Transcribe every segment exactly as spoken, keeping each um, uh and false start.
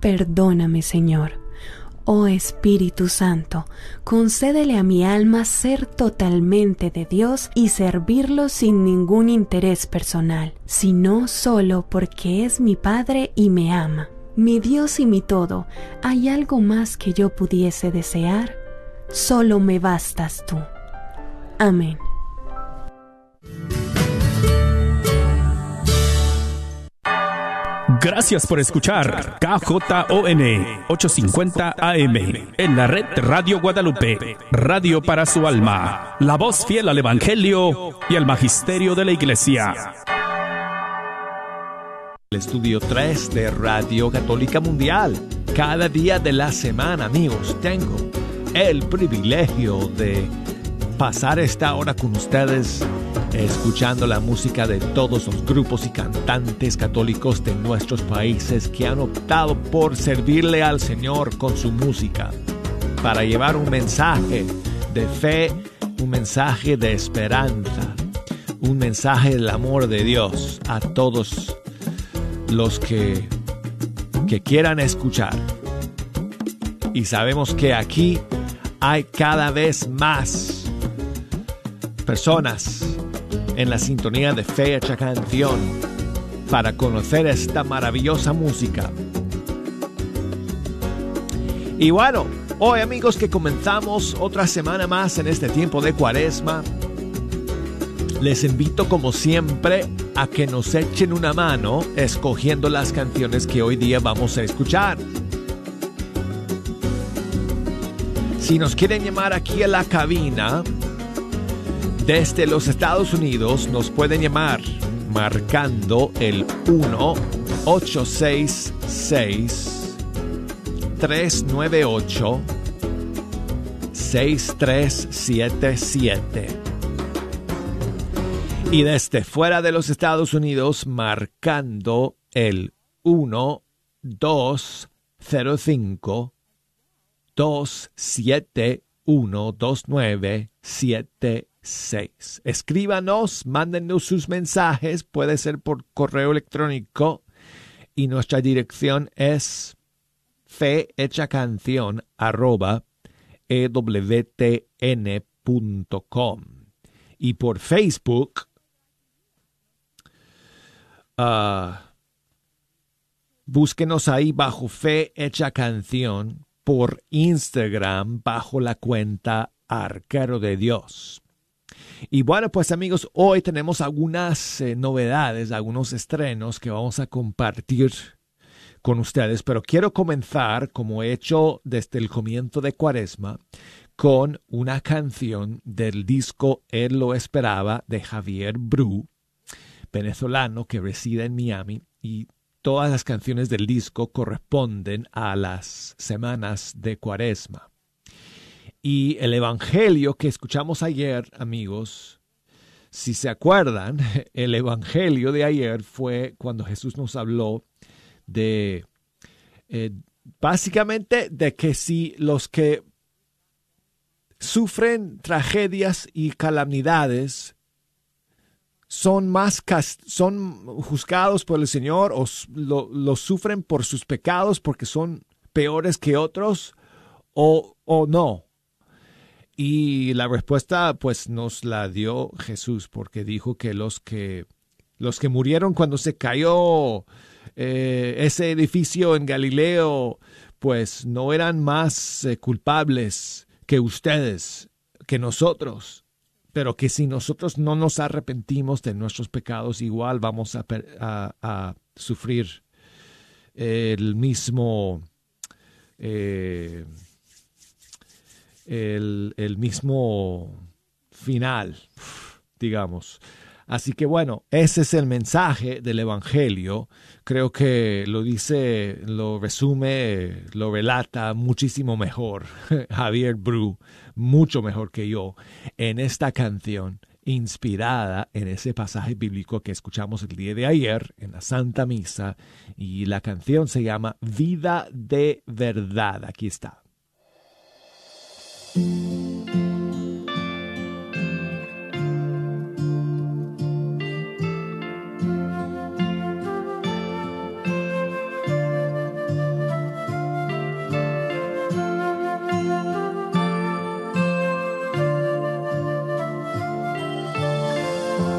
perdóname, Señor. Oh Espíritu Santo, concédele a mi alma ser totalmente de Dios y servirlo sin ningún interés personal, sino solo porque es mi Padre y me ama. Mi Dios y mi todo, ¿hay algo más que yo pudiese desear? Solo me bastas tú. Amén. Gracias por escuchar K J O N ochocientos cincuenta A M en la red Radio Guadalupe, radio para su alma, la voz fiel al Evangelio y al Magisterio de la Iglesia. El estudio tres de Radio Católica Mundial. Cada día de la semana, amigos, tengo el privilegio de pasar esta hora con ustedes escuchando la música de todos los grupos y cantantes católicos de nuestros países que han optado por servirle al Señor con su música para llevar un mensaje de fe, un mensaje de esperanza, un mensaje del amor de Dios a todos los que, que quieran escuchar. Y sabemos que aquí hay cada vez más personas en la sintonía de Fe Hecha Canción para conocer esta maravillosa música. Y bueno, hoy, amigos, que comenzamos otra semana más en este tiempo de Cuaresma, les invito como siempre a que nos echen una mano escogiendo las canciones que hoy día vamos a escuchar. Si nos quieren llamar aquí a la cabina desde los Estados Unidos, nos pueden llamar marcando el uno ocho seis seis, tres nueve ocho, seis tres siete siete. Y desde fuera de los Estados Unidos, marcando el uno dos cero cinco, dos siete uno, dos nueve siete seis. Escríbanos, mándennos sus mensajes, puede ser por correo electrónico, y nuestra dirección es fehechacanción arroba ewtn punto com. Y por Facebook, uh, búsquenos ahí bajo Fe Hecha Canción, por Instagram bajo la cuenta Arquero de Dios. Y bueno, pues amigos, hoy tenemos algunas eh, novedades, algunos estrenos que vamos a compartir con ustedes, pero quiero comenzar, como he hecho desde el comienzo de Cuaresma, con una canción del disco Él lo esperaba, de Javier Bru, venezolano que reside en Miami, y todas las canciones del disco corresponden a las semanas de Cuaresma. Y el evangelio que escuchamos ayer, amigos, si se acuerdan, el evangelio de ayer fue cuando Jesús nos habló de, eh, básicamente, de que si los que sufren tragedias y calamidades son más cast- son juzgados por el Señor o lo, lo sufren por sus pecados porque son peores que otros o, o no. Y la respuesta pues nos la dio Jesús, porque dijo que los que, los que murieron cuando se cayó eh, ese edificio en Galileo, pues no eran más eh, culpables que ustedes, que nosotros, pero que si nosotros no nos arrepentimos de nuestros pecados, igual vamos a, a, a sufrir el mismo... Eh, El, el mismo final, digamos. Así que bueno, ese es el mensaje del evangelio. Creo que lo dice, lo resume, lo relata muchísimo mejor Javier Bru, mucho mejor que yo, en esta canción inspirada en ese pasaje bíblico que escuchamos el día de ayer en la Santa Misa, y la canción se llama Vida de Verdad. Aquí está.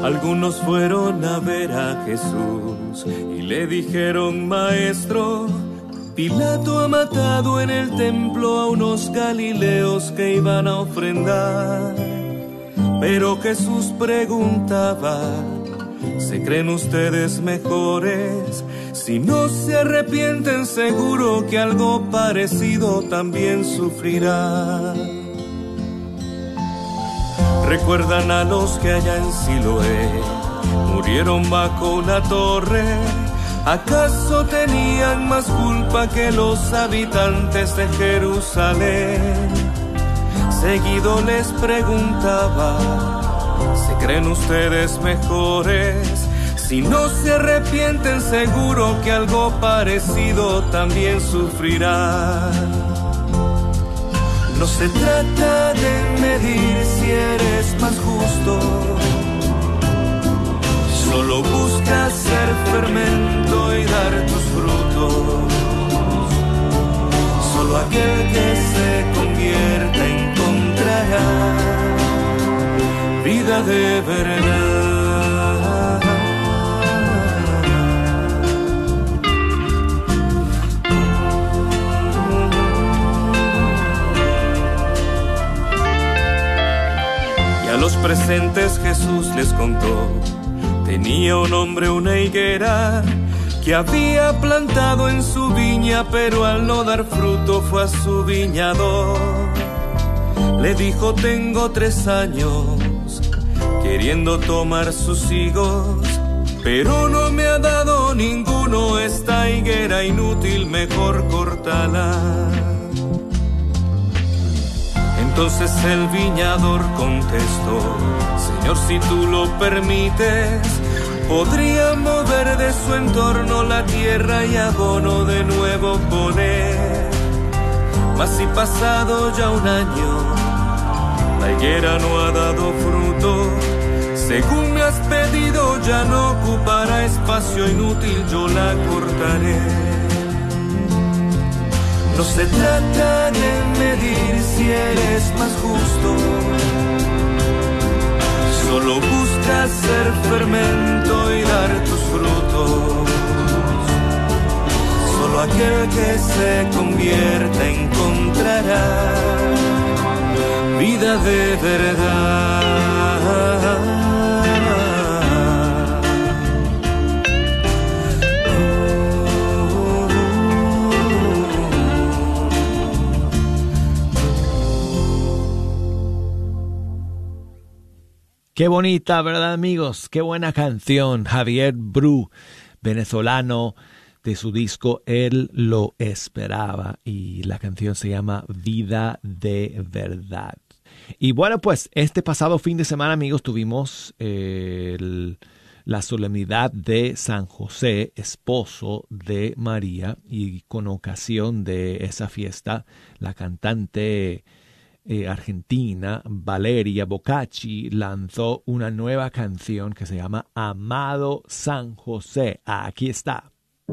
Algunos fueron a ver a Jesús y le dijeron: Maestro, Pilato ha matado en el templo a unos galileos que iban a ofrendar. Pero Jesús preguntaba: ¿se creen ustedes mejores? Si no se arrepienten, seguro que algo parecido también sufrirán. ¿Recuerdan a los que allá en Siloé murieron bajo una torre? ¿Acaso tenían más culpa que los habitantes de Jerusalén? Seguido les preguntaba: ¿se creen ustedes mejores? Si no se arrepienten, seguro que algo parecido también sufrirán. No se trata de medir si eres más justo, solo busca ser fermento y dar tus frutos. Solo aquel que se convierta encontrará vida de verdad. Y a los presentes Jesús les contó: tenía un hombre una higuera que había plantado en su viña, pero al no dar fruto fue a su viñador. Le dijo: tengo tres años queriendo tomar sus higos, pero no me ha dado ninguno. Esta higuera inútil, mejor córtala. Entonces el viñador contestó: Señor, si tú lo permites, podría mover de su entorno la tierra y abono de nuevo poner. Mas si pasado ya un año la higuera no ha dado fruto, según me has pedido ya no ocupará espacio inútil, yo la cortaré. No se trata de medir si eres más justo, solo busca ser fermento y dar tus frutos. Solo aquel que se convierta encontrará vida de verdad. Qué bonita, ¿verdad, amigos? Qué buena canción. Javier Bru, venezolano, de su disco Él lo esperaba. Y la canción se llama Vida de Verdad. Y bueno, pues este pasado fin de semana, amigos, tuvimos eh, el, la solemnidad de San José, esposo de María. Y con ocasión de esa fiesta, la cantante Eh, argentina Valeria Bocacci lanzó una nueva canción que se llama Amado San José. Aquí está.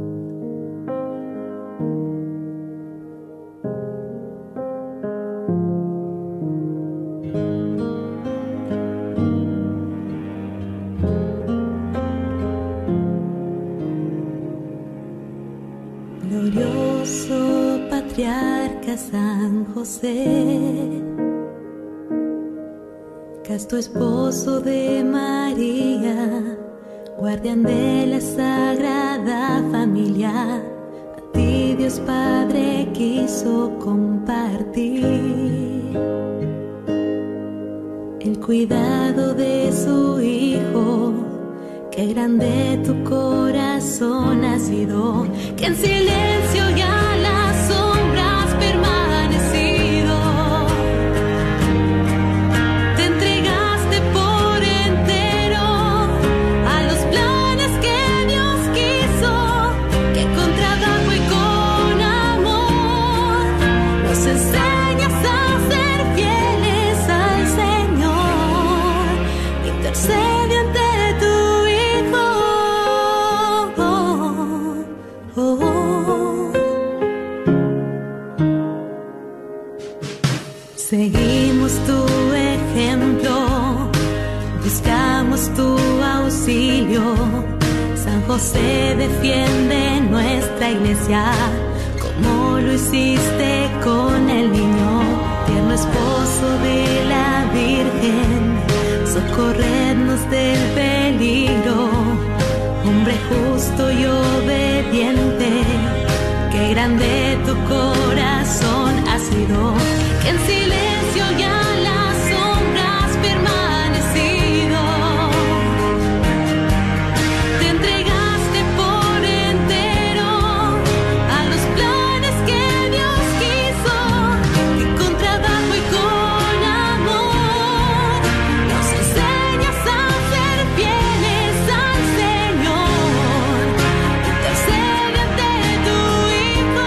Glorioso patriarca San José, casto esposo de María, guardián de la sagrada familia, a ti Dios Padre quiso compartir el cuidado de su Hijo. Qué grande tu corazón ha sido, que en silencio y a las sombras permanecido. Te entregaste por entero a los planes que Dios quiso, que con trabajo y con amor nos enseñas a ser fieles al Señor. Intercede ante seguimos tu ejemplo, buscamos tu José defiende nuestra iglesia, como lo hiciste con el niño, tierno esposo de la Virgen. Socorrednos del peligro, hombre justo y obediente. Qué grande tu corazón ha sido, que en silencio y a las sombras permanecido. Te entregaste por entero a los planes que Dios quiso, que con trabajo y con amor nos enseñas a ser fieles al Señor. Intercede ante tu Hijo,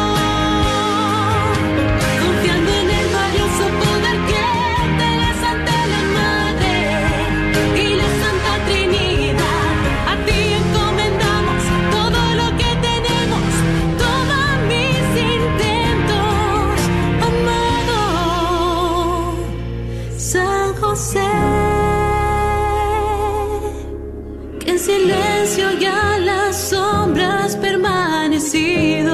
confiando en el valioso poder que tenés ante la Madre y la Santa Trinidad. A ti encomendamos todo lo que tenemos, toma mis intentos, amado San José, que en silencio y a las sombras permanecido.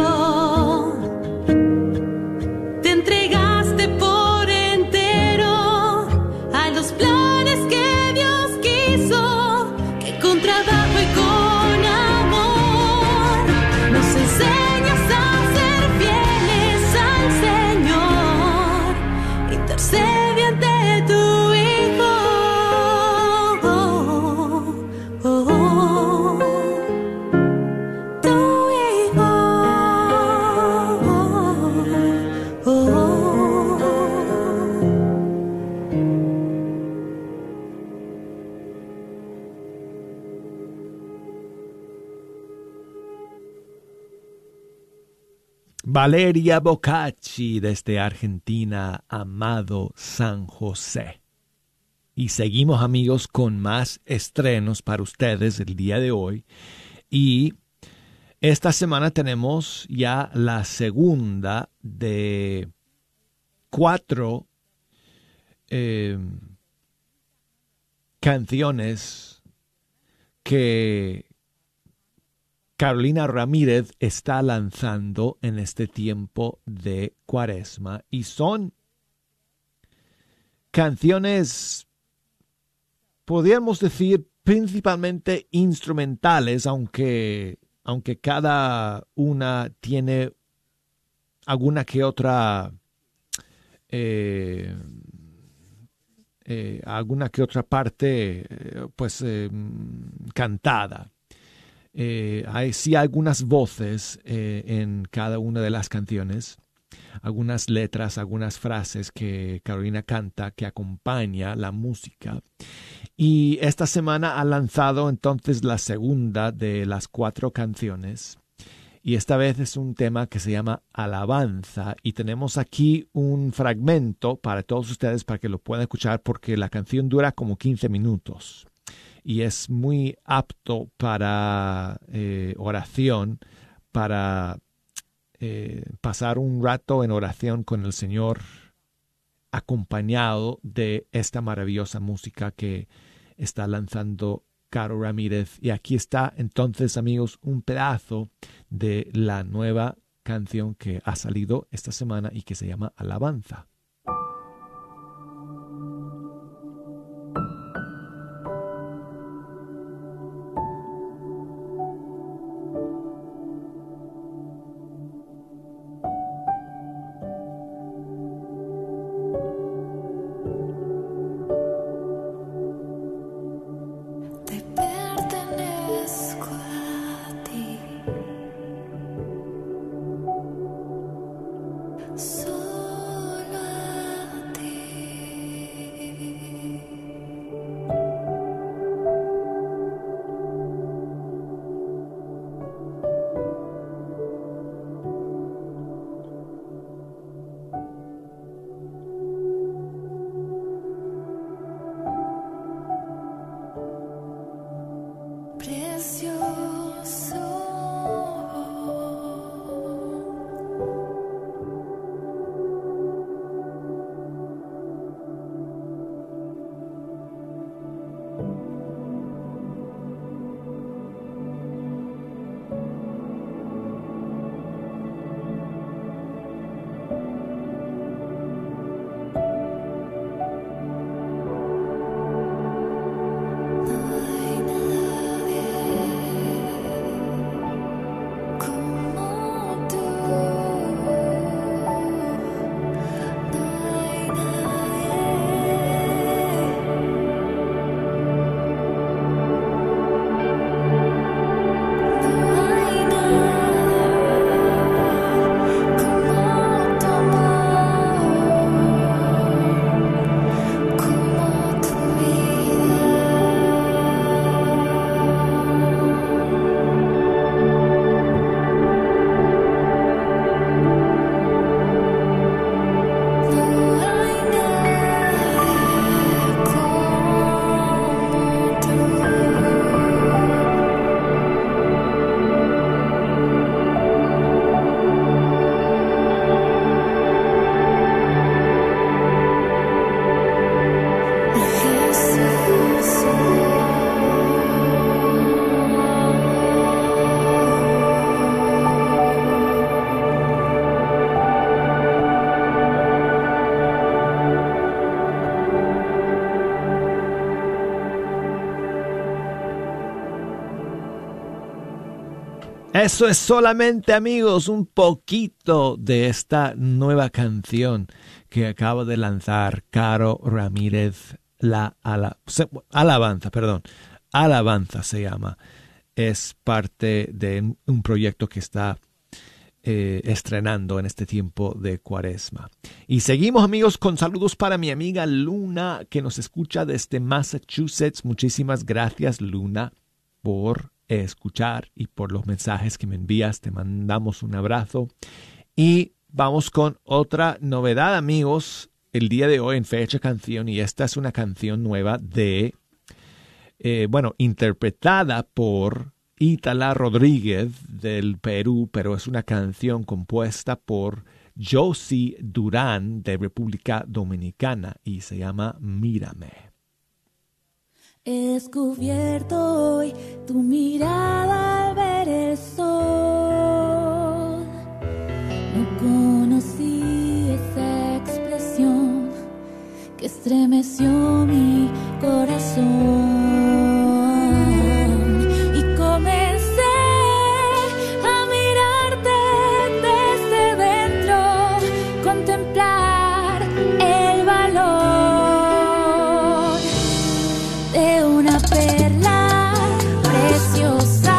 Te entregaste por entero a los planes que Dios quiso, que con trabajo y con amor nos enseñas a ser fieles al Señor. Intercede ante tu Hijo. Oh, oh, oh, tu Hijo. Oh, oh, oh. Valeria Bocacci desde Argentina, amado San José. Y seguimos, amigos, con más estrenos para ustedes el día de hoy. Y esta semana tenemos ya la segunda de cuatro eh, canciones que Carolina Ramírez está lanzando en este tiempo de Cuaresma, y son canciones, podríamos decir, principalmente instrumentales, aunque, aunque cada una tiene alguna que otra eh, eh, alguna que otra parte eh, pues eh, cantada. Eh, hay sí algunas voces eh, en cada una de las canciones, algunas letras, algunas frases que Carolina canta que acompaña la música. Y esta semana ha lanzado entonces la segunda de las cuatro canciones. Y esta vez es un tema que se llama Alabanza. Y tenemos aquí un fragmento para todos ustedes para que lo puedan escuchar, porque la canción dura como quince minutos. Y es muy apto para eh, oración, para eh, pasar un rato en oración con el Señor, acompañado de esta maravillosa música que está lanzando Caro Ramírez. Y aquí está entonces, amigos, un pedazo de la nueva canción que ha salido esta semana y que se llama Alabanza. Te pertenezco a ti, solo a precioso. Eso es solamente, amigos, un poquito de esta nueva canción que acaba de lanzar Caro Ramírez, la ala, alabanza, perdón, alabanza se llama. Es parte de un proyecto que está eh, estrenando en este tiempo de Cuaresma. Y seguimos, amigos, con saludos para mi amiga Luna, que nos escucha desde Massachusetts. Muchísimas gracias, Luna, por escuchar y por los mensajes que me envías. Te mandamos un abrazo. Y vamos con otra novedad, amigos, el día de hoy en Fecha Canción. Y esta es una canción nueva de, eh, bueno, interpretada por Ítala Rodríguez del Perú, pero es una canción compuesta por Josie Durán de República Dominicana y se llama Mírame. He descubierto hoy tu mirada al ver el sol. No conocí esa expresión que estremeció mi corazón. Y comencé a mirarte desde dentro, contemplar el valor de una perla preciosa.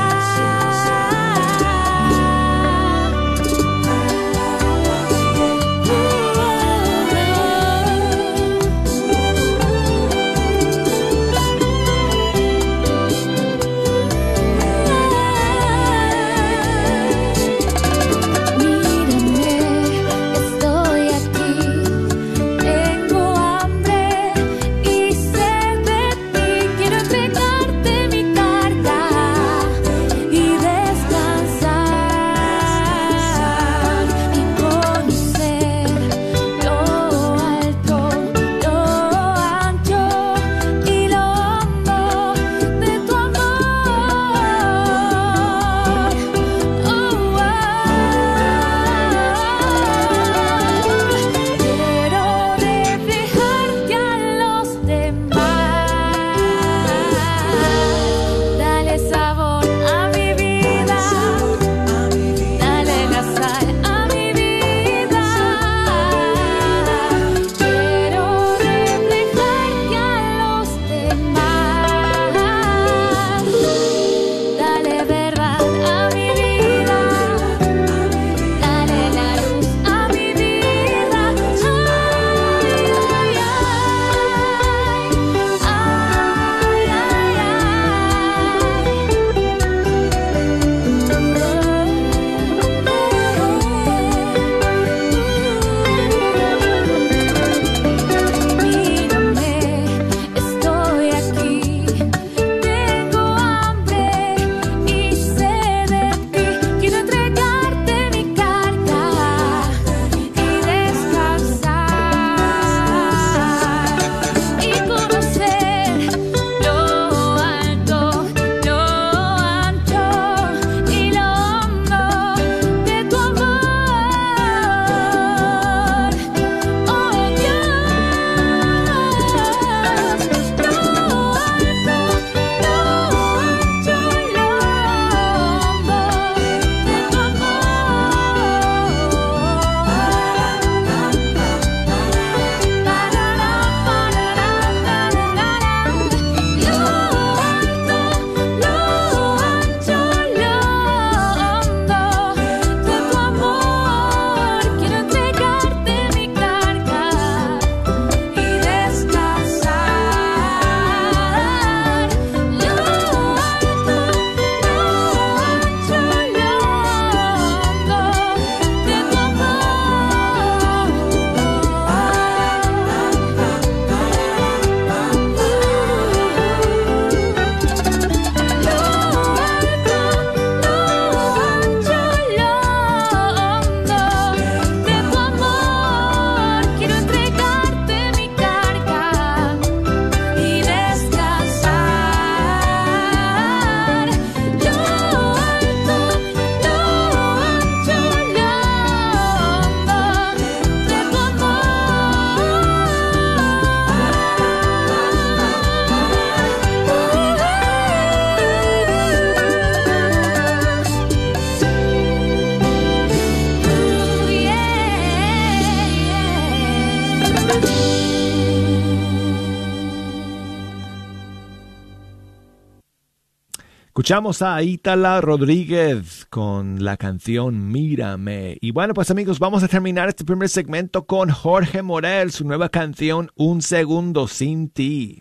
Escuchamos a Ítala Rodríguez con la canción Mírame. Y bueno, pues amigos, vamos a terminar este primer segmento con Jorge Morel, su nueva canción Un Segundo Sin Ti.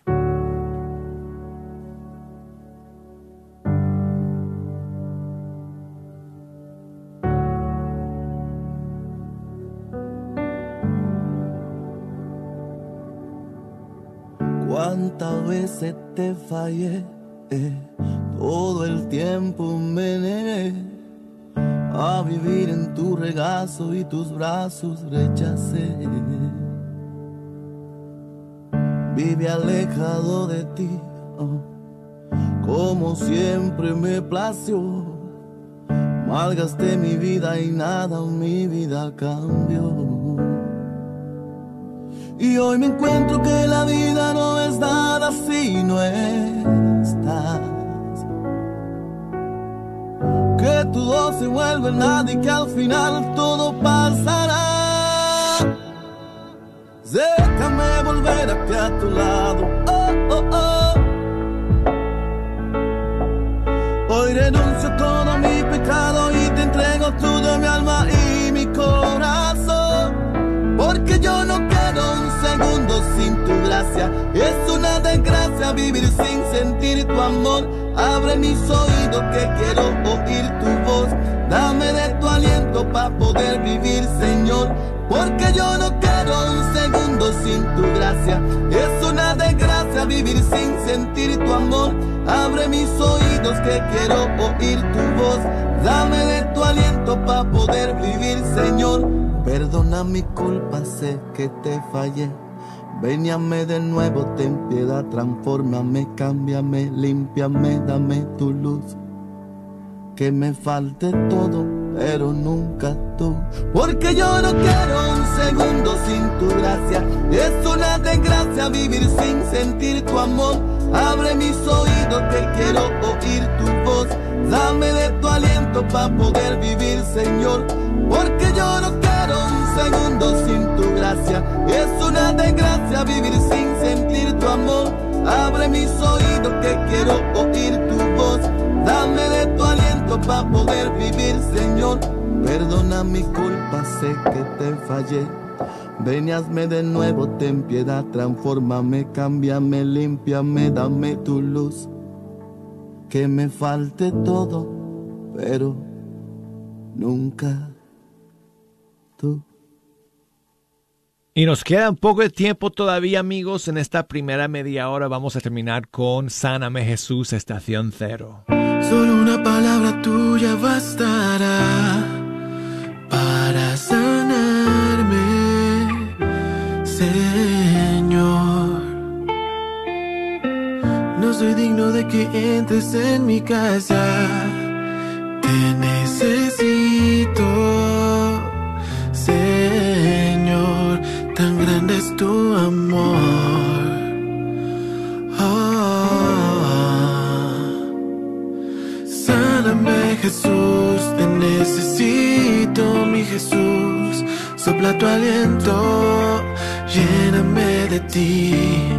Cuántas veces te fallé, eh, todo el tiempo me negué a vivir en tu regazo y tus brazos rechacé. Vive alejado de ti, oh, como siempre me plació. Malgasté mi vida y nada en mi vida cambió. Y hoy me encuentro que la vida no es nada si no estás. Que todo se vuelve nada y que al final todo pasará. Déjame volver aquí a tu lado. Oh, oh, oh. Hoy renuncio a todo mi pecado y te entrego todo mi alma y mi corazón. Porque yo no quiero un segundo sin tu gracia. Es una desgracia vivir sin sentir tu amor. Abre mis oídos que quiero oír tu voz. Dame de tu aliento para poder vivir, Señor. Porque yo no quiero un segundo sin tu gracia. Es una desgracia vivir sin sentir tu amor. Abre mis oídos que quiero oír tu voz. Dame de tu aliento para poder vivir, Señor. Perdona mi culpa, sé que te fallé. Ven y hazme de nuevo, ten piedad, transfórmame, cámbiame, límpiame, dame tu luz. Que me falte todo, pero nunca tú. Porque yo no quiero un segundo sin tu gracia. Es una desgracia vivir sin sentir tu amor. Abre mis oídos que quiero oír tu voz. Dame de tu aliento para poder vivir, Señor. Porque yo no quiero un segundo sin tu gracia. Es una desgracia vivir sin sentir tu amor. Abre mis oídos que quiero oír tu voz. Dame de tu aliento para poder vivir, Señor. Perdona mi culpa, sé que te fallé. Ven y hazme de nuevo, ten piedad, transfórmame, cámbiame, límpiame, dame tu luz. Que me falte todo, pero nunca tú. Y nos queda un poco de tiempo todavía, amigos. En esta primera media hora vamos a terminar con Sáname Jesús, Estación Cero. Solo una palabra tuya bastará para sanarme, Señor. No soy digno de que entres en mi casa. Te necesito, Señor. Tan grande es tu amor. Sáname, Jesús, te necesito, mi Jesús. Sopla tu aliento, lléname de ti.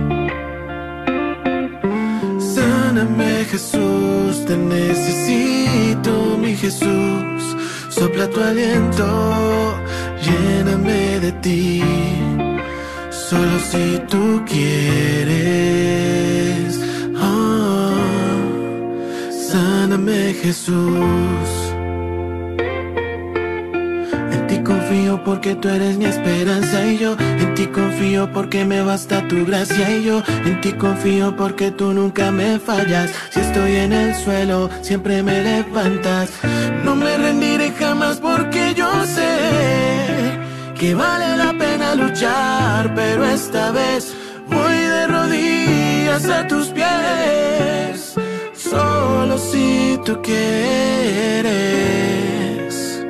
Sáname, Jesús, te necesito, mi Jesús. Sopla tu aliento, lléname de ti. Solo si tú quieres. Oh. Sáname, Jesús. En ti confío porque tú eres mi esperanza y yo en ti confío porque me basta tu gracia y yo en ti confío porque tú nunca me fallas. Si estoy en el suelo, siempre me levantas. No me rendiré jamás porque yo sé que vale la pena luchar, pero esta vez voy de rodillas a tus pies. Solo si tú quieres.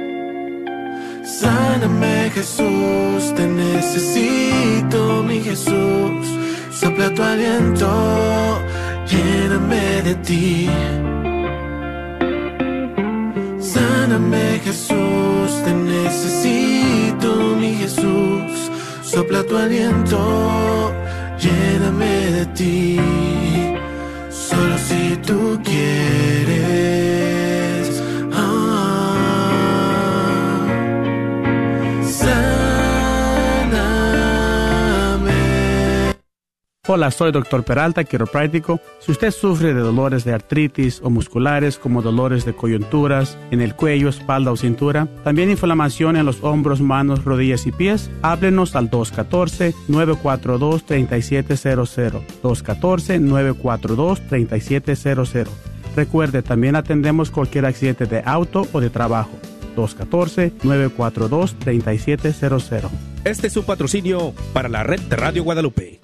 Sáname, Jesús, te necesito, mi Jesús. Sopla tu aliento, lléname de ti. Sáname, Jesús, te necesito, mi Jesús. Sopla tu aliento, lléname de ti. Solo si tú quieres. Hola, soy doctor Peralta, quiropráctico. Si usted sufre de dolores de artritis o musculares como dolores de coyunturas en el cuello, espalda o cintura, también inflamación en los hombros, manos, rodillas y pies, háblenos al dos uno cuatro, nueve cuatro dos, tres siete cero cero. dos uno cuatro, nueve cuatro dos, tres siete cero cero. Recuerde, también atendemos cualquier accidente de auto o de trabajo. dos uno cuatro, nueve cuatro dos, tres siete cero cero. Este es su patrocinio para la red de Radio Guadalupe.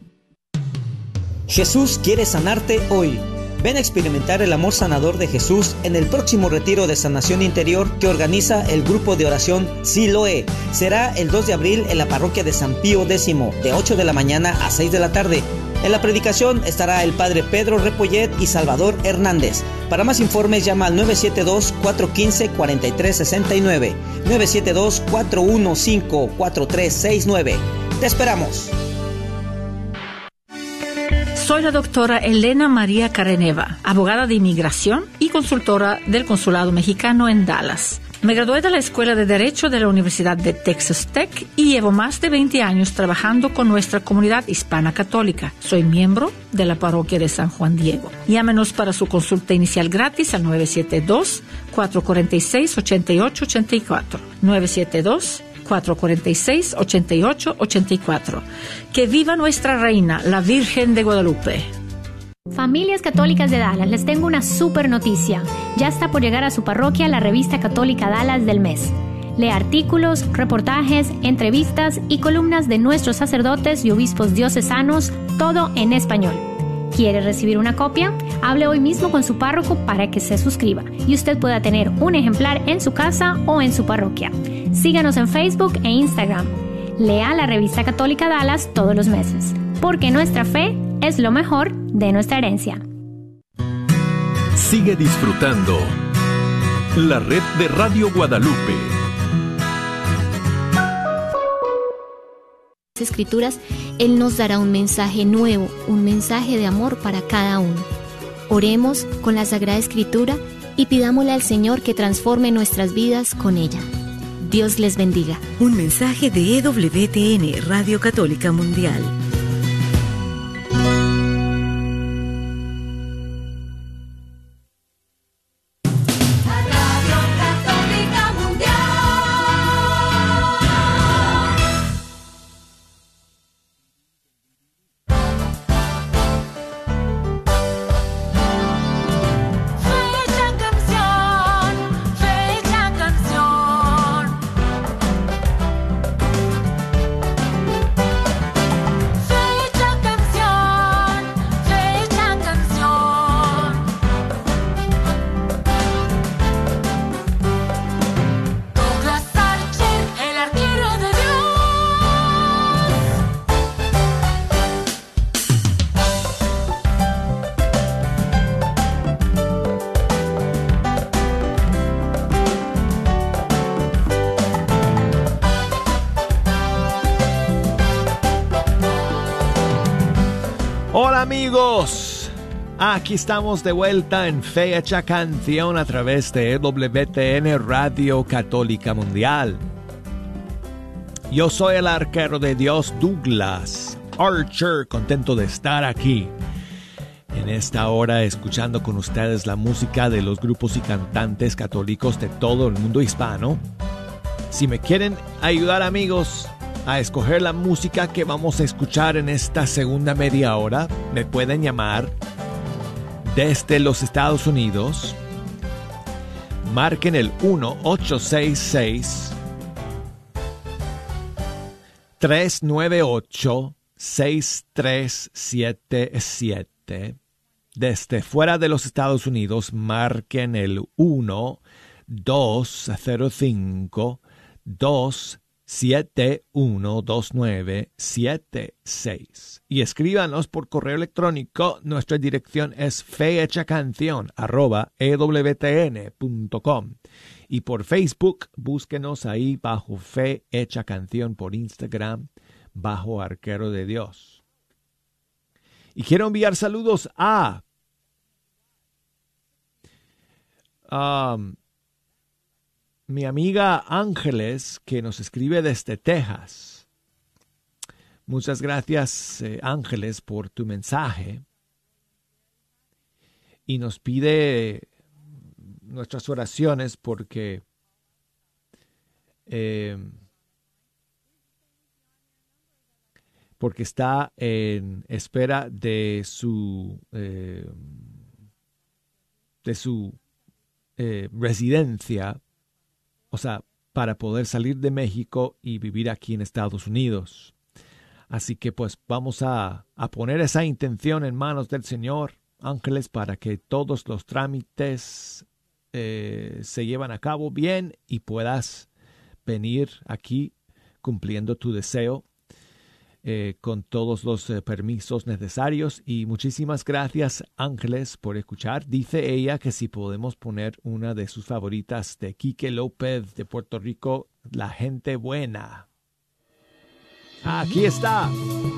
Jesús quiere sanarte hoy. Ven a experimentar el amor sanador de Jesús en el próximo retiro de sanación interior que organiza el grupo de oración Siloé. Será el dos de abril en la parroquia de San Pío X, de ocho de la mañana a seis de la tarde. En la predicación estará el padre Pedro Repollet y Salvador Hernández. Para más informes llama al nueve siete dos, cuatro uno cinco, cuatro tres seis nueve, nueve siete dos, cuatro uno cinco, cuatro tres seis nueve. ¡Te esperamos! Soy la doctora Elena María Careneva, abogada de inmigración y consultora del Consulado Mexicano en Dallas. Me gradué de la Escuela de Derecho de la Universidad de Texas Tech y llevo más de veinte años trabajando con nuestra comunidad hispana católica. Soy miembro de la parroquia de San Juan Diego. Llámenos para su consulta inicial gratis al nueve siete dos, cuatro cuatro seis, ocho ocho ocho cuatro. nueve siete dos, cuatro cuatro seis, ocho ocho ocho cuatro. Que viva nuestra reina, la Virgen de Guadalupe. Familias católicas de Dallas, les tengo una super noticia. Ya está por llegar a su parroquia la revista católica Dallas del mes. Lee artículos, reportajes, entrevistas y columnas de nuestros sacerdotes y obispos diocesanos, todo en español. ¿Quiere recibir una copia? Hable hoy mismo con su párroco para que se suscriba y usted pueda tener un ejemplar en su casa o en su parroquia. Síganos en Facebook e Instagram. Lea la revista católica Dallas todos los meses, porque nuestra fe es lo mejor de nuestra herencia. Sigue disfrutando la red de Radio Guadalupe. Escrituras, Él nos dará un mensaje nuevo, un mensaje de amor para cada uno. Oremos con la Sagrada Escritura y pidámosle al Señor que transforme nuestras vidas con ella. Dios les bendiga. Un mensaje de E W T N, Radio Católica Mundial. Hola amigos, aquí estamos de vuelta en Fe Hecha Canción a través de E W T N Radio Católica Mundial. Yo soy el arquero de Dios Douglas Archer, contento de estar aquí en esta hora escuchando con ustedes la música de los grupos y cantantes católicos de todo el mundo hispano. Si me quieren ayudar amigos a escoger la música que vamos a escuchar en esta segunda media hora, me pueden llamar desde los Estados Unidos. Marquen el uno ocho seis seis, tres nueve ocho, seis tres siete siete. Desde fuera de los Estados Unidos, marquen el uno dos cero cinco, dos siete uno dos nueve siete seis y escríbanos por correo electrónico. Nuestra dirección es fehechacancion arroba ewtn punto com y por Facebook búsquenos ahí bajo Fe Hecha Canción, por Instagram bajo Arquero de Dios. Y quiero enviar saludos a um, mi amiga Ángeles, que nos escribe desde Texas. Muchas gracias, eh, Ángeles, por tu mensaje. Y nos pide nuestras oraciones porque eh, porque está en espera de su eh, de su eh, residencia, o sea, para poder salir de México y vivir aquí en Estados Unidos. Así que pues vamos a, a poner esa intención en manos del Señor, Ángeles, para que todos los trámites eh, se lleven a cabo bien y puedas venir aquí cumpliendo tu deseo eh, con todos los eh, permisos necesarios. Y muchísimas gracias, Ángeles, por escuchar. Dice ella que si podemos poner una de sus favoritas de Quique López de Puerto Rico, La Gente Buena. Aquí está.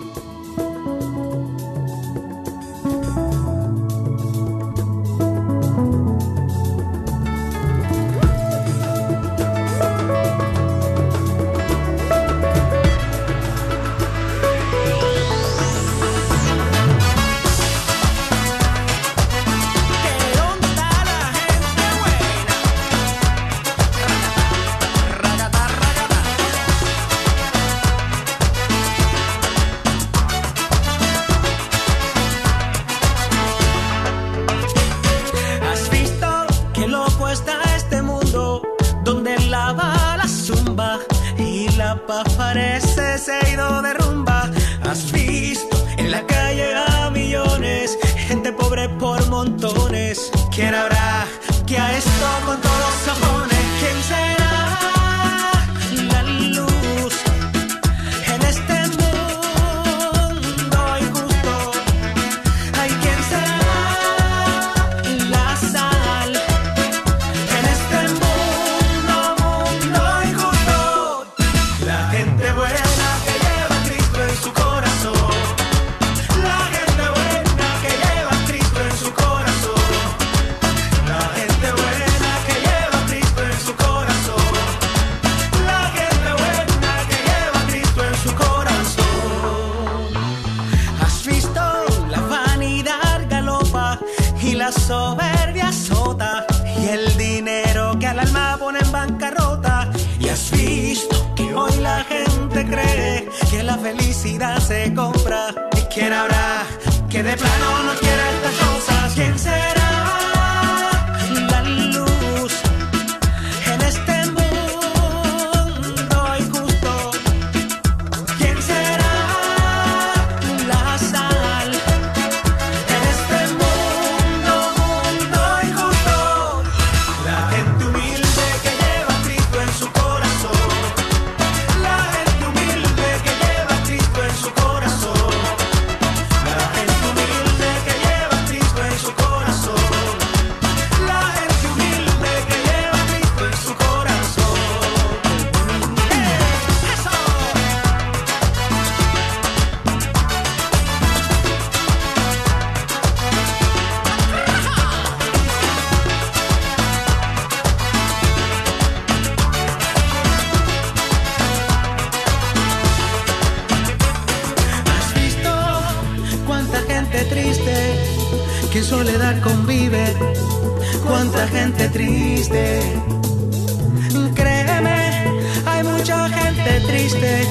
Parece se ha ido de rumba. Has visto en la calle a millones, gente pobre por montones. ¿Quién habrá que a esto con todos se opone? ¿Quién será la luz en este mundo injusto? Ay, ¿quién será la sal en este mundo, mundo injusto? La gente buena que lleva a Cristo en su corazón. La gente buena que lleva a Cristo en su corazón. La gente buena que lleva a Cristo en su corazón. La gente buena que lleva a Cristo en su corazón. ¿Has visto la vanidad galopa y la soberbia azota y el dinero que al alma pone en bancarrota? Y has visto que hoy la gente cree que la felicidad se compra. ¿Y quién habrá que de plano no quiera estas cosas? ¿Quién será la luz en este mundo injusto? ¿Quién será la sal en este mundo, mundo injusto? La gente humilde que lleva a Cristo en su corazón. La gente humilde que lleva a Cristo en su corazón. La gente humilde que lleva a Cristo en su corazón. La gente humilde que lleva a Cristo en su corazón. ¡Eso! ¿Has visto cuánta gente triste que en soledad convive? Cuánta gente triste. Créeme, hay mucha gente triste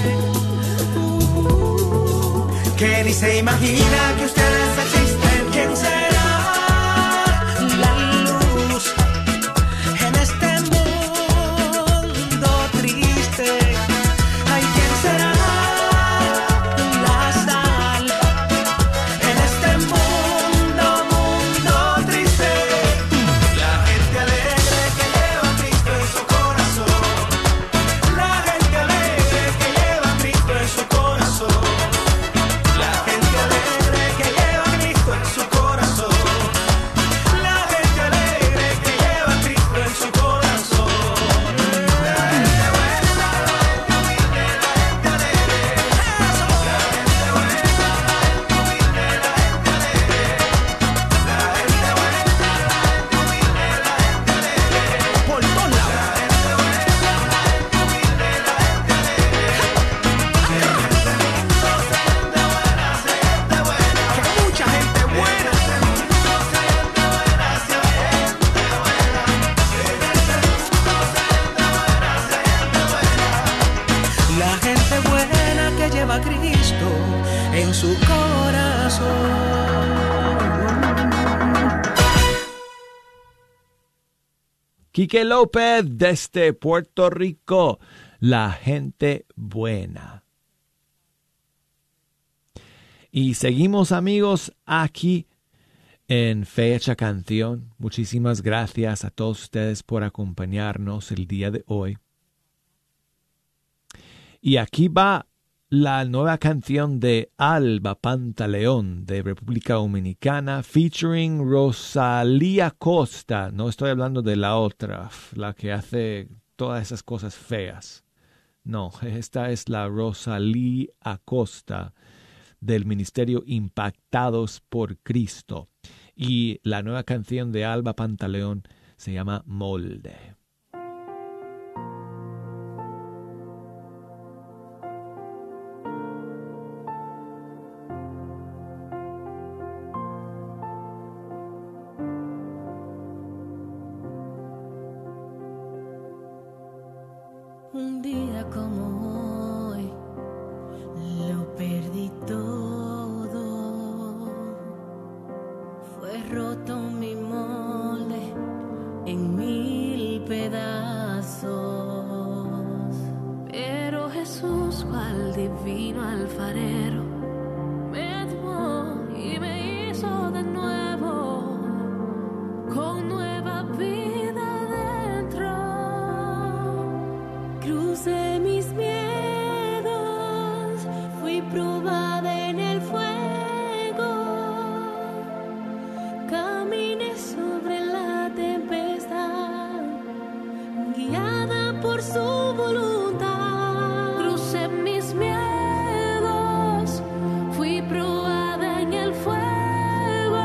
que ni se imagina que ustedes existen. ¿Quién será la luz en este mundo triste? Ay, ¿quién será la sal en este mundo, mundo triste? La gente alegre que lleva a Cristo en su corazón. La gente alegre que lleva a Cristo en su corazón. La gente alegre que lleva la gente buena que lleva a Cristo en su corazón. Quique López desde Puerto Rico, la gente buena. Y seguimos, amigos, aquí en Fecha Canción. Muchísimas gracias a todos ustedes por acompañarnos el día de hoy. Y aquí va la nueva canción de Alba Pantaleón de República Dominicana, featuring Rosalía Costa. No estoy hablando de la otra, la que hace todas esas cosas feas. No, esta es la Rosalía Acosta del Ministerio Impactados por Cristo. Y la nueva canción de Alba Pantaleón se llama Molde. Un día como hoy lo perdí todo. Fue roto mi molde en mil pedazos. Pero Jesús, cual divino alfarero, me tomó y me hizo de nuevo, con nueva vida dentro. Crucé mis miedos, fui probada en el fuego, caminé sobre la tempestad, guiada por su voluntad. Crucé mis miedos, fui probada en el fuego,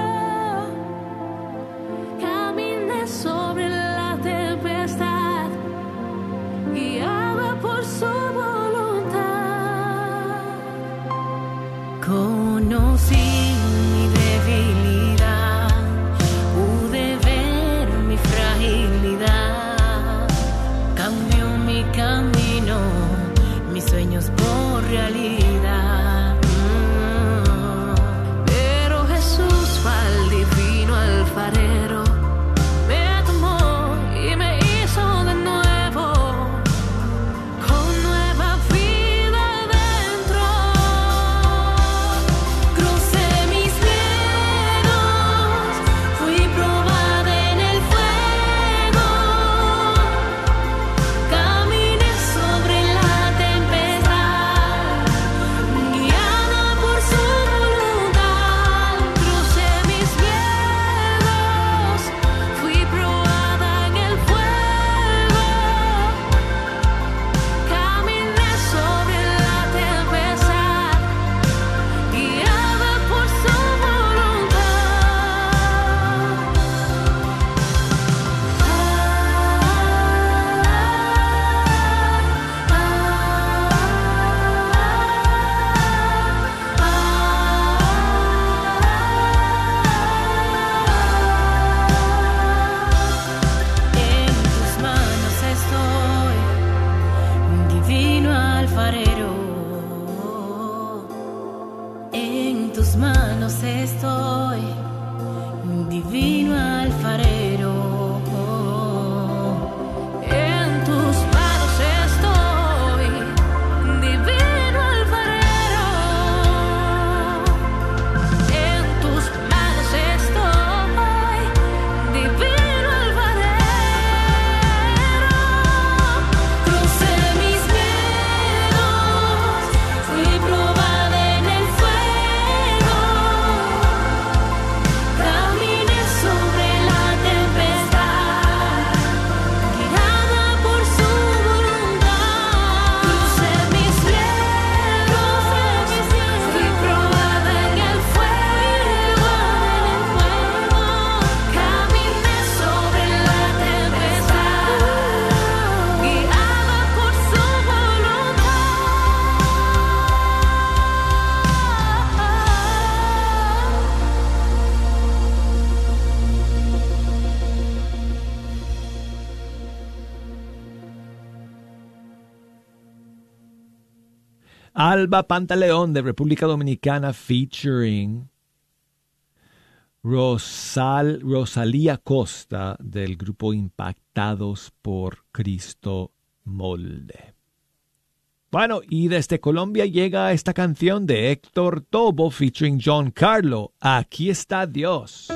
caminé sobre la tempestad, guiada por su voluntad. Conocí mi debilidad, pude ver mi fragilidad, cambió mi camino, mis sueños por realidad. Mm. Pero Jesús fue al divino alfarero, me tomó y me hizo de nuevo, con nueva vida dentro. Crucé mis miedos, fui probada en el fuego, caminé sobre la tempestad, guiada por su voluntad. Crucé mis miedos, fui probada en el fuego, caminé sobre la tempestad, guiada por su En tus manos estoy, divino alfarero. En tus manos estoy, divino alfarero. En tus manos estoy, divino alfarero. En tus manos estoy, divino alfarero. Crucé mis miedos, fui probada en el fuego, caminé sobre la tempestad, Alba Pantaleón de República Dominicana featuring Rosal, Rosalía Costa del grupo Impactados por Cristo Molde. Bueno, y desde Colombia llega esta canción de Héctor Tobo featuring John Carlo, Aquí está Dios.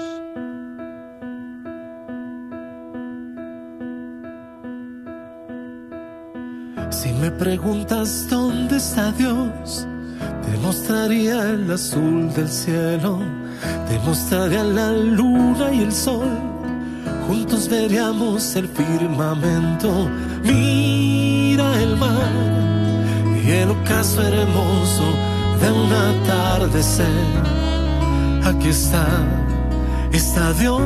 Si me preguntas dónde está Dios, te mostraría el azul del cielo, te mostraría la luna y el sol, juntos veríamos el firmamento. Mira el mar y el ocaso hermoso de un atardecer. Aquí está, está Dios.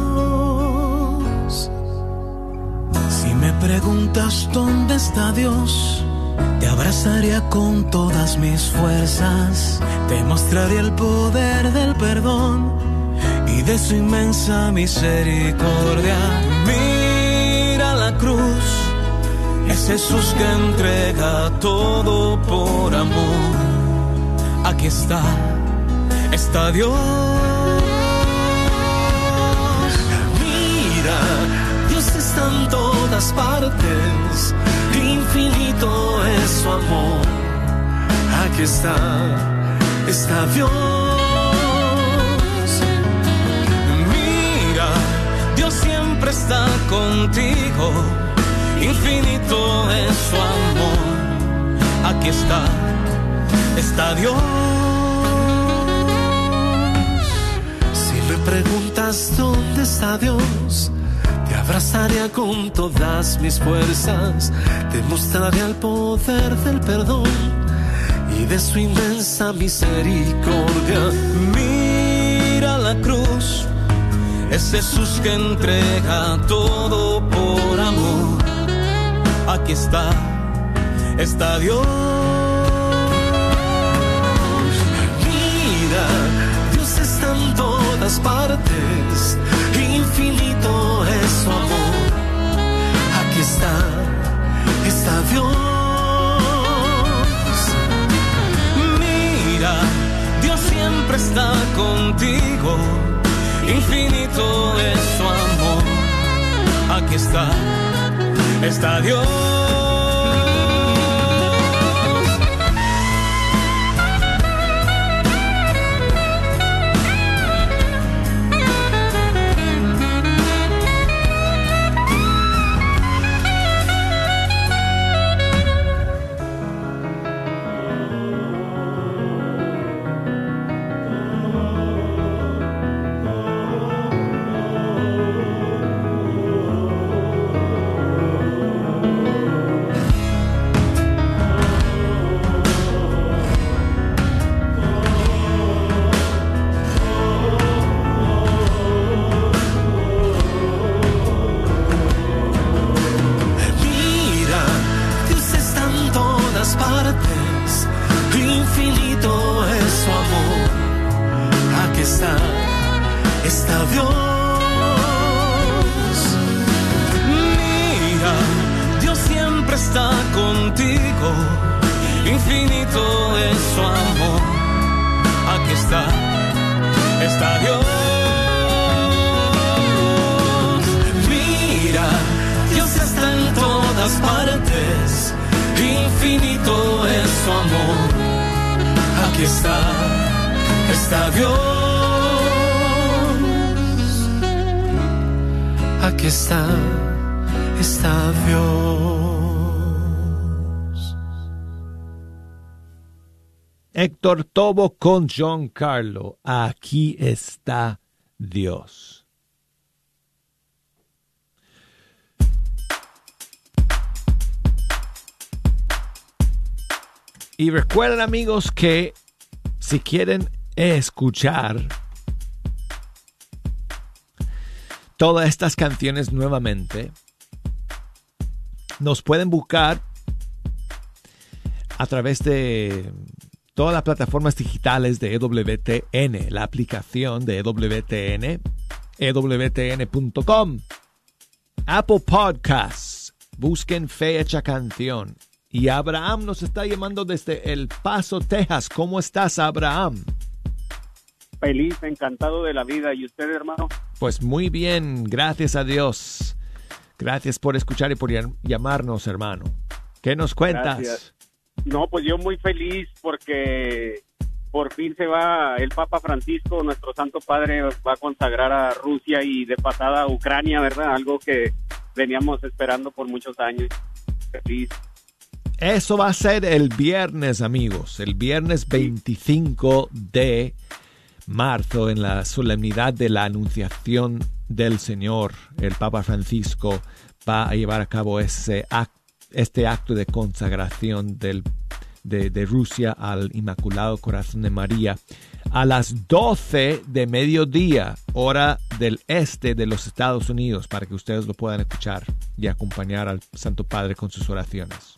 Si me preguntas dónde está Dios, te abrazaría con todas mis fuerzas, te mostraría el poder del perdón y de su inmensa misericordia. Mira la cruz, es Jesús que entrega todo por amor. Aquí está, está Dios. Mira, Dios está en todas partes, infinito es su amor. Aquí está, está Dios. Mira, Dios siempre está contigo, infinito es su amor. Aquí está, está Dios. Si me preguntas dónde está Dios, te abrazaría con todas mis fuerzas, te mostraría el poder del perdón y de su inmensa misericordia. Mira la cruz, es Jesús que entrega todo por amor. Aquí está, está Dios. Mira, Dios está en todas partes, infinito es su amor. Aquí está, está Dios. Mira, Dios siempre está contigo, infinito es su amor. Aquí está, está Dios. Aquí está, está Dios. Héctor Tobo con John Carlo, Aquí está Dios. Y recuerden, amigos, que si quieren escuchar todas estas canciones nuevamente, nos pueden buscar a través de todas las plataformas digitales de E W T N, la aplicación de E W T N, E W T N punto com, Apple Podcasts, busquen Fe Hecha Canción Y Abraham nos está llamando desde El Paso, Texas. ¿Cómo estás, Abraham? Feliz, encantado de la vida. ¿Y usted, hermano? Pues muy bien, gracias a Dios. Gracias por escuchar y por llamarnos, hermano. ¿Qué nos cuentas? Gracias. No, pues yo muy feliz porque por fin se va el Papa Francisco, nuestro Santo Padre, va a consagrar a Rusia y de pasada a Ucrania, ¿verdad? Algo que veníamos esperando por muchos años. Feliz. Eso va a ser el viernes, amigos, el viernes veinticinco de marzo, en la solemnidad de la Anunciación del Señor. El Papa Francisco va a llevar a cabo ese act, este acto de consagración del, de, de Rusia al Inmaculado Corazón de María a las doce de mediodía, hora del este de los Estados Unidos, para que ustedes lo puedan escuchar y acompañar al Santo Padre con sus oraciones.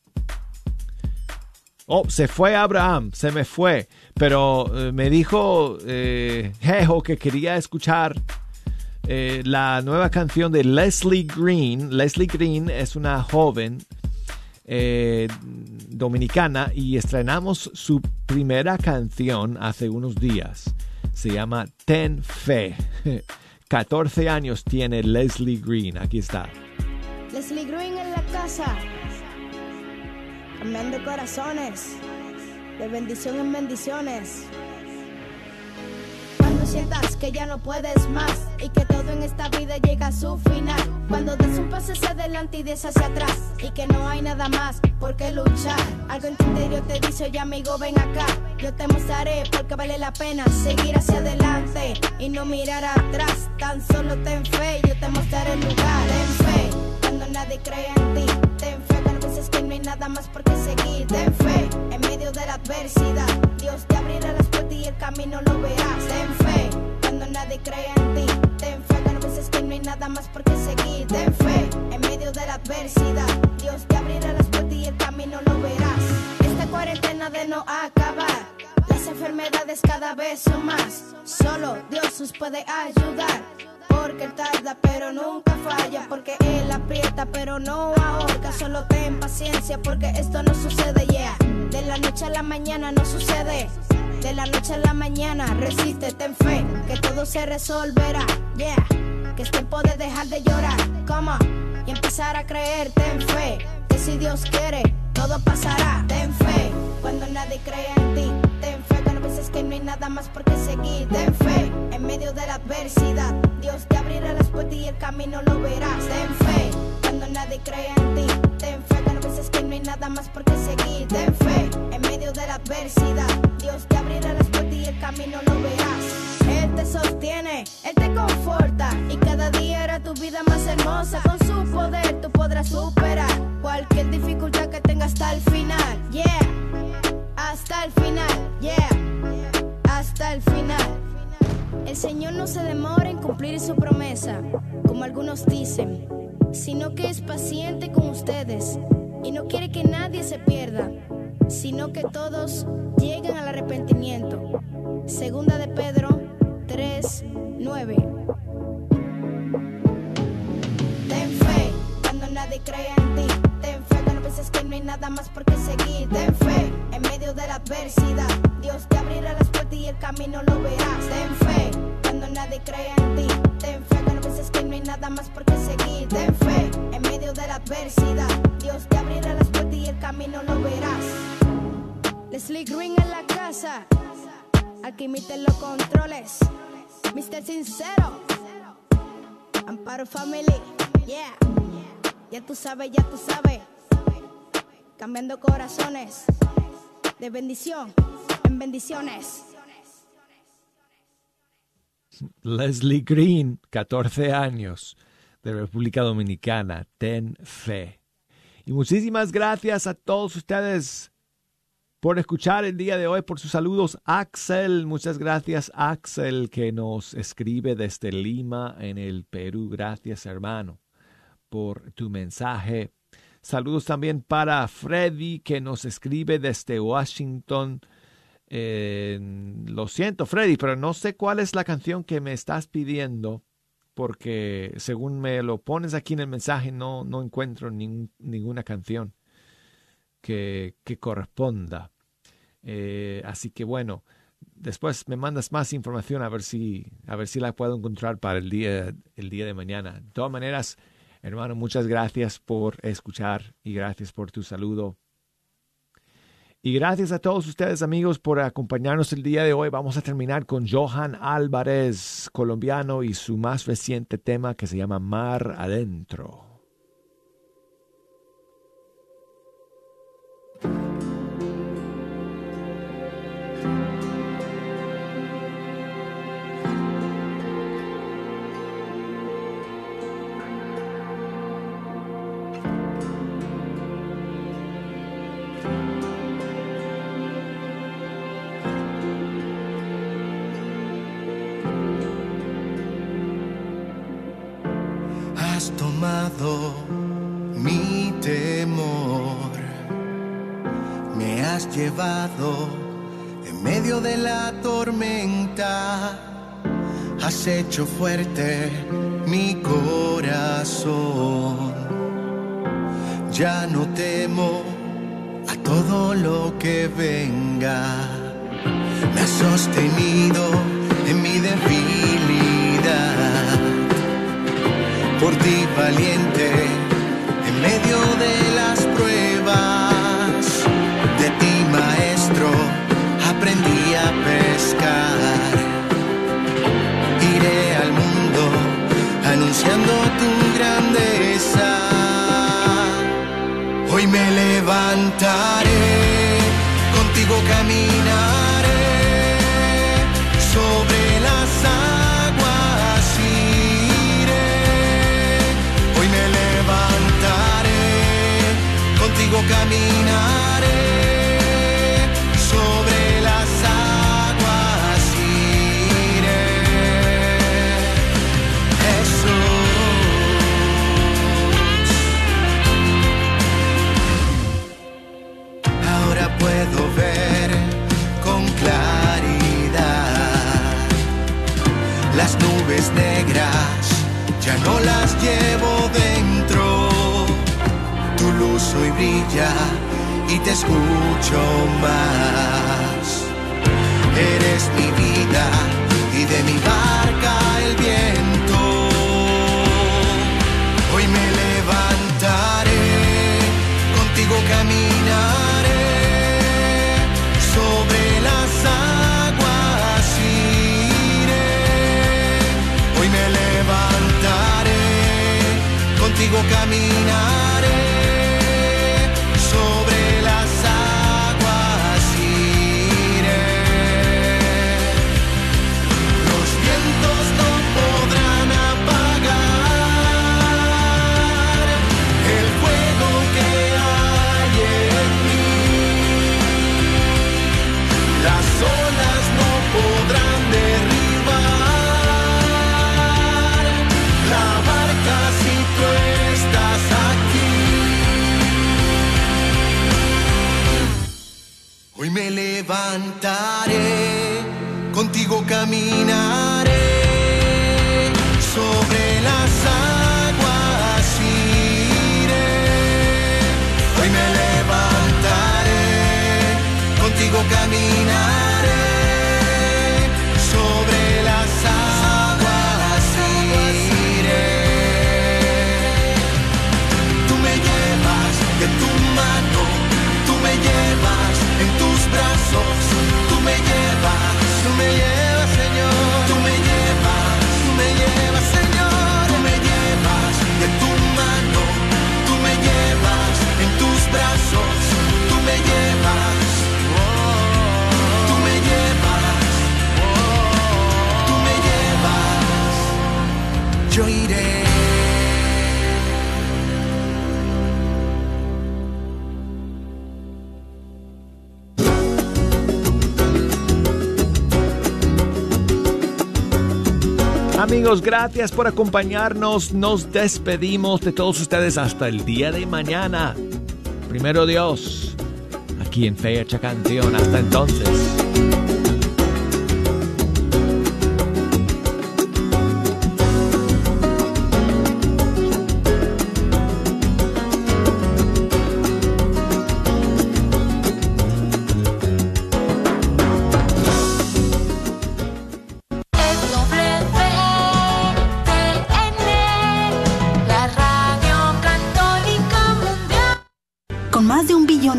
Oh, se fue Abraham, se me fue, pero eh, me dijo eh, Jejo que quería escuchar eh, la nueva canción de Leslie Green. Leslie Green es una joven eh, dominicana y estrenamos su primera canción hace unos días. Se llama Ten Fe. catorce años tiene Leslie Green. Aquí está. Leslie Green en la casa, cambiando corazones, de bendición en bendiciones. Cuando sientas que ya no puedes más y que todo en esta vida llega a su final, cuando des un paso hacia adelante y des hacia atrás y que no hay nada más por qué luchar, algo en tu interior te dice: oye amigo, ven acá, yo te mostraré porque vale la pena seguir hacia adelante y no mirar atrás. Tan solo ten fe, yo te mostraré el lugar. Ten fe cuando nadie cree en ti, ten fe cuando piensas que no hay nada más por qué seguir. Ten fe en medio de la adversidad, Dios te abrirá las puertas y el camino lo verás. Ten fe cuando nadie cree en ti, ten fe cuando piensas que no hay nada más por qué seguir. Ten fe en medio de la adversidad, Dios te abrirá las puertas y el camino lo verás. Esta cuarentena de no acabar, las enfermedades cada vez son más, solo Dios nos puede ayudar, porque Él tarda pero nunca falla, porque Él aprieta pero no ahorca. Solo ten paciencia porque esto no sucede, yeah. De la noche a la mañana no sucede, de la noche a la mañana. Resiste, ten fe, que todo se resolverá, yeah. Que es tiempo de dejar de llorar, come on, y empezar a creer. Ten fe, que si Dios quiere, todo pasará. Ten fe, cuando nadie cree en ti, ten fe cuando piensas que no hay nada más por qué seguir. Ten fe, en medio de la adversidad, Dios te abrirá las puertas y el camino lo verás. Ten fe, cuando nadie cree en ti, ten fe cuando piensas que no hay nada más por qué seguir. Ten fe, en medio de la adversidad, Dios te abrirá las puertas y el camino lo verás. Él te sostiene, Él te conforta y cada día hará tu vida más hermosa. Con su poder tú podrás superar cualquier dificultad que tengas hasta el final, yeah. Hasta el final, yeah. Hasta el final. El Señor no se demora en cumplir su promesa, como algunos dicen, sino que es paciente con ustedes y no quiere que nadie se pierda, sino que todos lleguen al arrepentimiento. Segunda de Pedro tres, nueve. Ten fe cuando nadie cree en ti, ten fe cuando piensas que no hay nada más por qué seguir. Ten fe en medio de la adversidad, Dios te abrirá las puertas y el camino lo verás. Ten fe cuando nadie cree en ti, ten fe cuando piensas que no hay nada más por qué seguir. Ten fe en medio de la adversidad, Dios te abrirá las puertas y el camino lo verás. Leslie Green en la casa, aquí emiten los controles, mister Sincero, Amparo Family, yeah. Ya tú sabes, ya tú sabes, cambiando corazones, de bendición en bendiciones. Leslie Green, catorce años, de República Dominicana. Ten fe. Y muchísimas gracias a todos ustedes por escuchar el día de hoy, por sus saludos. Axel, muchas gracias, Axel, que nos escribe desde Lima, en el Perú. Gracias, hermano, por tu mensaje. Saludos también para Freddy, que nos escribe desde Washington. Eh, lo siento, Freddy, pero no sé cuál es la canción que me estás pidiendo, porque según me lo pones aquí en el mensaje, no, no encuentro ning, ninguna canción. que, que corresponda. Eh, así que bueno, después me mandas más información a ver si, a ver si la puedo encontrar para el día, el día de mañana. De todas maneras, hermano, muchas gracias por escuchar y gracias por tu saludo. Y gracias a todos ustedes, amigos, por acompañarnos el día de hoy. Vamos a terminar con Johan Álvarez, colombiano, y su más reciente tema que se llama Mar Adentro. Mi temor, me has llevado en medio de la tormenta, has hecho fuerte mi corazón. Ya no temo a todo lo que venga, me has sostenido en mi debilidad. Por ti valiente, en medio de las pruebas, de ti maestro, aprendí a pescar. Iré al mundo anunciando tu grandeza. Hoy me levantaré, contigo caminaré sobre las aguas. Contigo caminaré sobre las aguas, iré. Jesús, ahora puedo ver con claridad las nubes negras, ya no las llevo dentro. Tu luz hoy brilla y te escucho más. Eres mi vida y de mi barca el viento. Hoy me levantaré, contigo caminaré sobre las aguas, iré. Hoy me levantaré, contigo caminaré sobre las aguas, iré. Los vientos no podrán apagar el fuego que hay en mí. Las olas no podrán derribar la barca si tú estás aquí. Hoy me levantaré, contigo caminaré sobre las aguas, iré. Hoy me levantaré, contigo caminaré sobre las aguas, iré. Tú me llevas de tu mano, tú me llevas en tus brazos, tú me llevas, tú me llevas, Señor, tú me llevas, tú me llevas, Señor, tú me llevas de tu mano, tú me llevas en tus brazos, tú me llevas, oh, tú me llevas, oh, tú me llevas, yo iré. Amigos, gracias por acompañarnos. Nos despedimos de todos ustedes hasta el día de mañana. Primero Dios, aquí en Fecha Canción. Hasta entonces.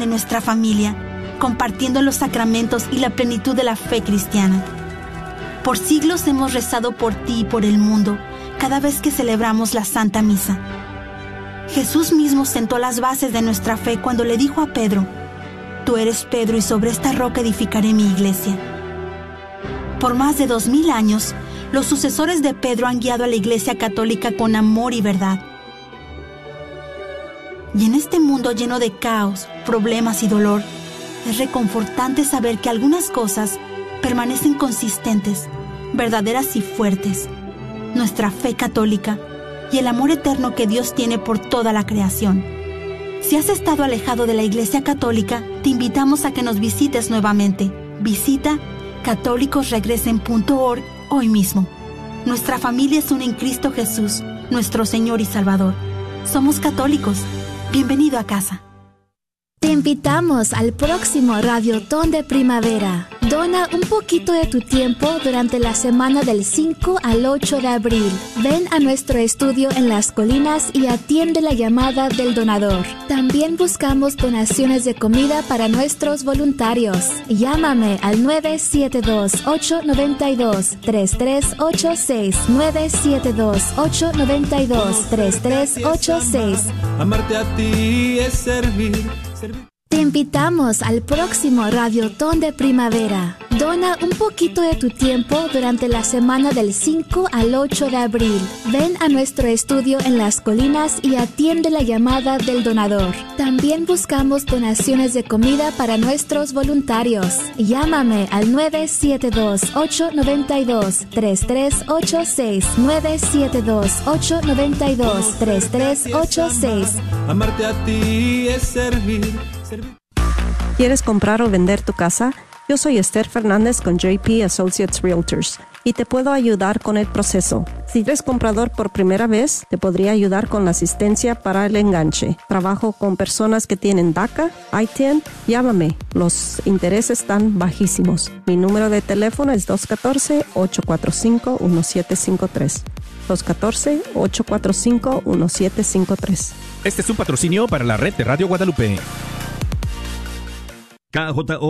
en nuestra familia, compartiendo los sacramentos y la plenitud de la fe cristiana. Por siglos hemos rezado por ti y por el mundo cada vez que celebramos la Santa Misa. Jesús mismo sentó las bases de nuestra fe cuando le dijo a Pedro: Tú eres Pedro y sobre esta roca edificaré mi iglesia. Por más de dos mil años, los sucesores de Pedro han guiado a la Iglesia Católica con amor y verdad. Y en este mundo lleno de caos, problemas y dolor, es reconfortante saber que algunas cosas permanecen consistentes, verdaderas y fuertes. Nuestra fe católica y el amor eterno que Dios tiene por toda la creación. Si has estado alejado de la Iglesia Católica, te invitamos a que nos visites nuevamente. Visita católicos regresen punto org hoy mismo. Nuestra familia es una en Cristo Jesús, nuestro Señor y Salvador. Somos católicos. Bienvenido a casa. Te invitamos al próximo Radiotón de Primavera. Dona un poquito de tu tiempo durante la semana del cinco al ocho de abril. Ven a nuestro estudio en Las Colinas y atiende la llamada del donador. También buscamos donaciones de comida para nuestros voluntarios. Llámame al nueve siete dos, ocho nueve dos, tres tres ocho seis, nueve siete dos, ocho nueve dos, tres tres ocho seis. Amarte a ti es servir. Te invitamos al próximo Radiotón de Primavera. Dona un poquito de tu tiempo durante la semana del cinco al ocho de abril. Ven a nuestro estudio en Las Colinas y atiende la llamada del donador. También buscamos donaciones de comida para nuestros voluntarios. Llámame al nueve siete dos, ocho nueve dos, tres tres ocho seis, nueve siete dos, ocho nueve dos, tres tres ocho seis. Amarte a ti es servir. ¿Quieres comprar o vender tu casa? Yo soy Esther Fernández con J P Associates Realtors y te puedo ayudar con el proceso. Si eres comprador por primera vez, te podría ayudar con la asistencia para el enganche. Trabajo con personas que tienen D A C A, I T I N. Llámame, los intereses están bajísimos. Mi número de teléfono es dos uno cuatro, ocho cuatro cinco, uno siete cinco tres. dos uno cuatro, ocho cuatro cinco, uno siete cinco tres. Este es un patrocinio para la red de Radio Guadalupe. K J O